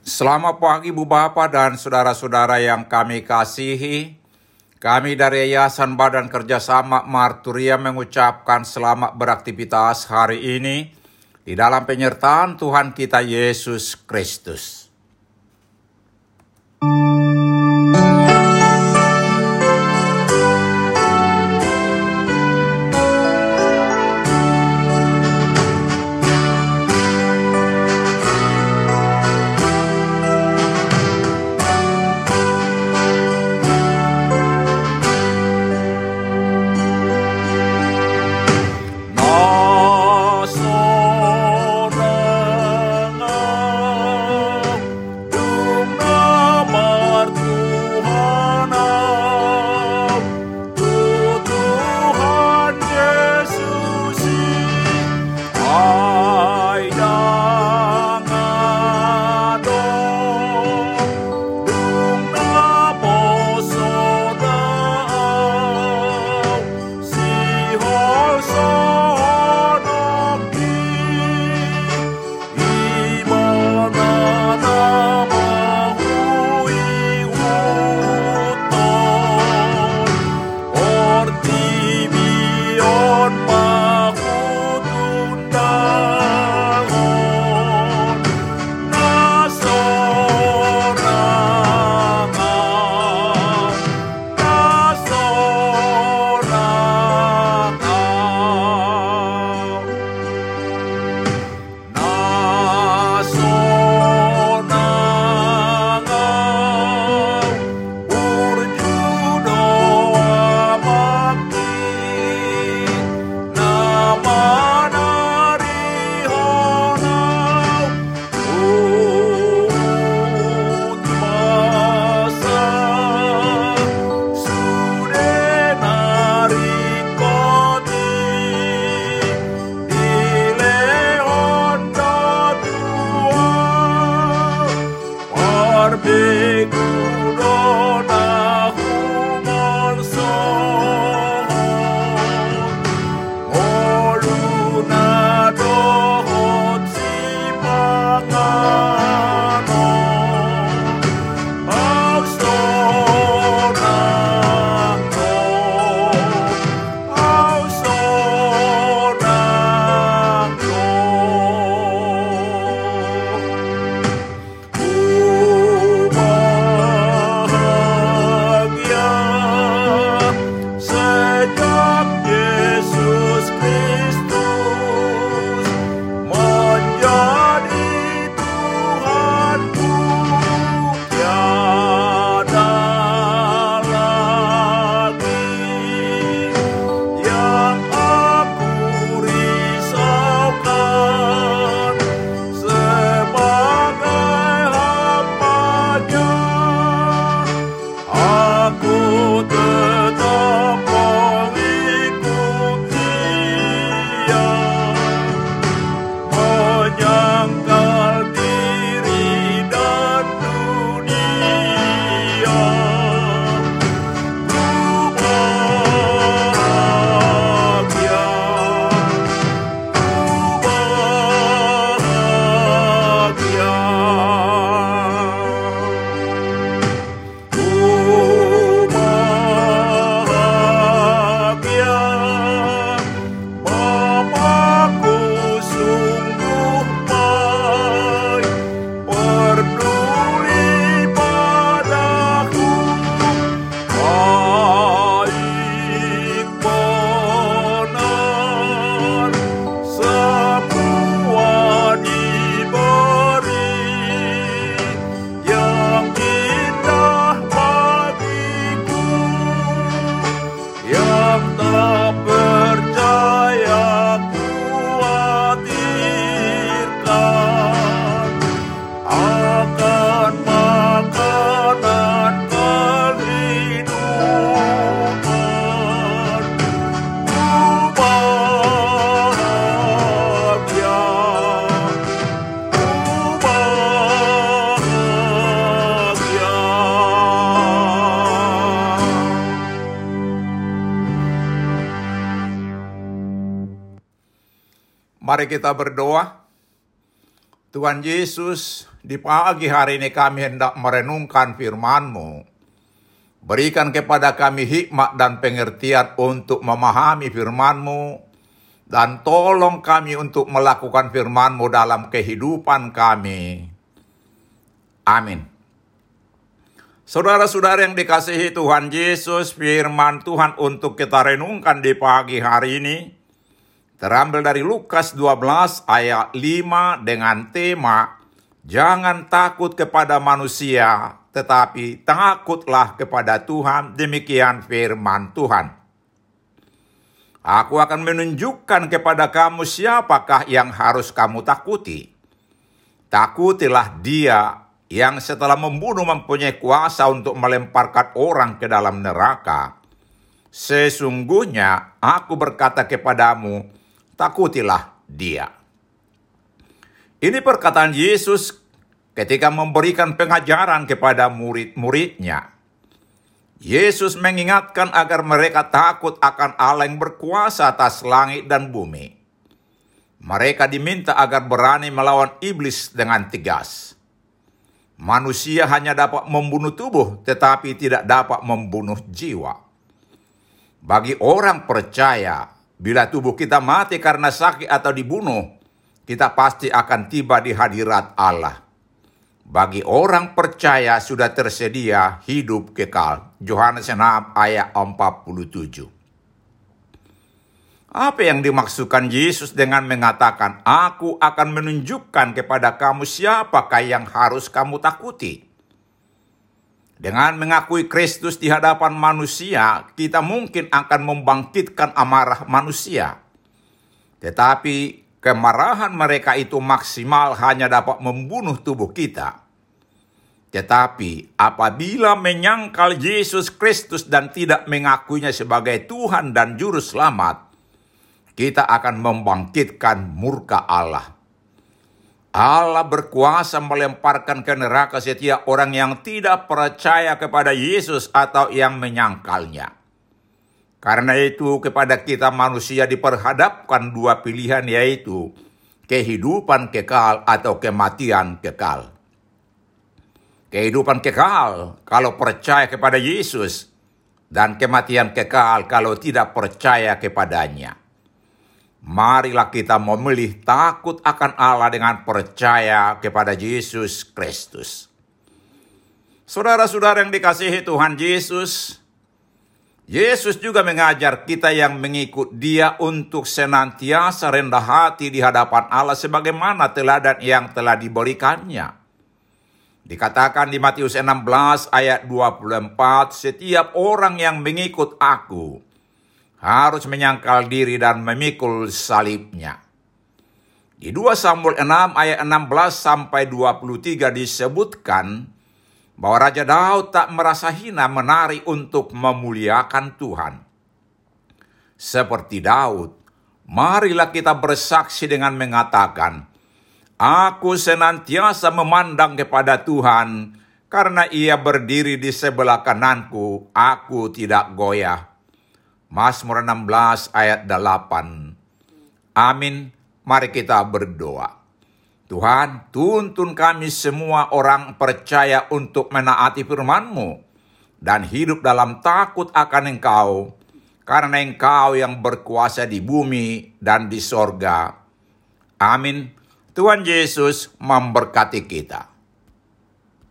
Selamat pagi Bu Bapak dan saudara-saudara yang kami kasihi. Kami dari Yayasan Badan Kerjasama Marturia mengucapkan selamat beraktivitas hari ini di dalam penyertaan Tuhan kita Yesus Kristus. Mari kita berdoa. Tuhan Yesus, Di pagi hari ini kami hendak merenungkan firman-Mu. Berikan kepada kami hikmat dan pengertian untuk memahami firman-Mu, dan tolong kami untuk melakukan firman-Mu dalam kehidupan kami. Amin. Saudara-saudara yang dikasihi Tuhan Yesus, firman Tuhan untuk kita renungkan di pagi hari ini terambil dari Lukas 12 ayat 5 dengan tema, jangan takut kepada manusia, tetapi takutlah kepada Tuhan. Demikian firman Tuhan. Aku akan menunjukkan kepada kamu siapakah yang harus kamu takuti. Takutilah Dia yang setelah membunuh mempunyai kuasa untuk melemparkan orang ke dalam neraka. Sesungguhnya aku berkata kepadamu, takutilah Dia. Ini perkataan Yesus ketika memberikan pengajaran kepada murid-muridnya. Yesus mengingatkan agar mereka takut akan Allah yang berkuasa atas langit dan bumi. Mereka diminta agar berani melawan iblis dengan tegas. Manusia hanya dapat membunuh tubuh, tetapi tidak dapat membunuh jiwa. Bagi orang percaya, bila tubuh kita mati karena sakit atau dibunuh, kita pasti akan tiba di hadirat Allah. Bagi orang percaya sudah tersedia hidup kekal. Yohanes 6 ayat 47. Apa yang dimaksudkan Yesus dengan mengatakan, aku akan menunjukkan kepada kamu siapakah yang harus kamu takuti? Dengan mengakui Kristus di hadapan manusia, kita mungkin akan membangkitkan amarah manusia. Tetapi kemarahan mereka itu maksimal hanya dapat membunuh tubuh kita. Tetapi apabila menyangkal Yesus Kristus dan tidak mengakuinya sebagai Tuhan dan Juru Selamat, kita akan membangkitkan murka Allah. Allah berkuasa melemparkan ke neraka setiap orang yang tidak percaya kepada Yesus atau yang menyangkalnya. Karena itu kepada kita manusia diperhadapkan dua pilihan, yaitu kehidupan kekal atau kematian kekal. Kehidupan kekal kalau percaya kepada Yesus, dan kematian kekal kalau tidak percaya kepadanya. Marilah kita memilih takut akan Allah dengan percaya kepada Yesus Kristus. Saudara-saudara yang dikasihi Tuhan Yesus, Yesus juga mengajar kita yang mengikut Dia untuk senantiasa rendah hati di hadapan Allah sebagaimana teladan yang telah diberikannya. Dikatakan di Matius 16 ayat 24, setiap orang yang mengikut aku harus menyangkal diri dan memikul salibnya. Di 2 Samuel 6 ayat 16 sampai 23 disebutkan bahwa Raja Daud tak merasa hina menari untuk memuliakan Tuhan. Seperti Daud, marilah kita bersaksi dengan mengatakan, aku senantiasa memandang kepada Tuhan, karena Ia berdiri di sebelah kananku, aku tidak goyah. Mazmur 16 ayat 8. Amin. Mari kita berdoa. Tuhan, tuntun kami semua orang percaya untuk menaati firman-Mu dan hidup dalam takut akan Engkau, karena Engkau yang berkuasa di bumi dan di sorga. Amin. Tuhan Yesus memberkati kita.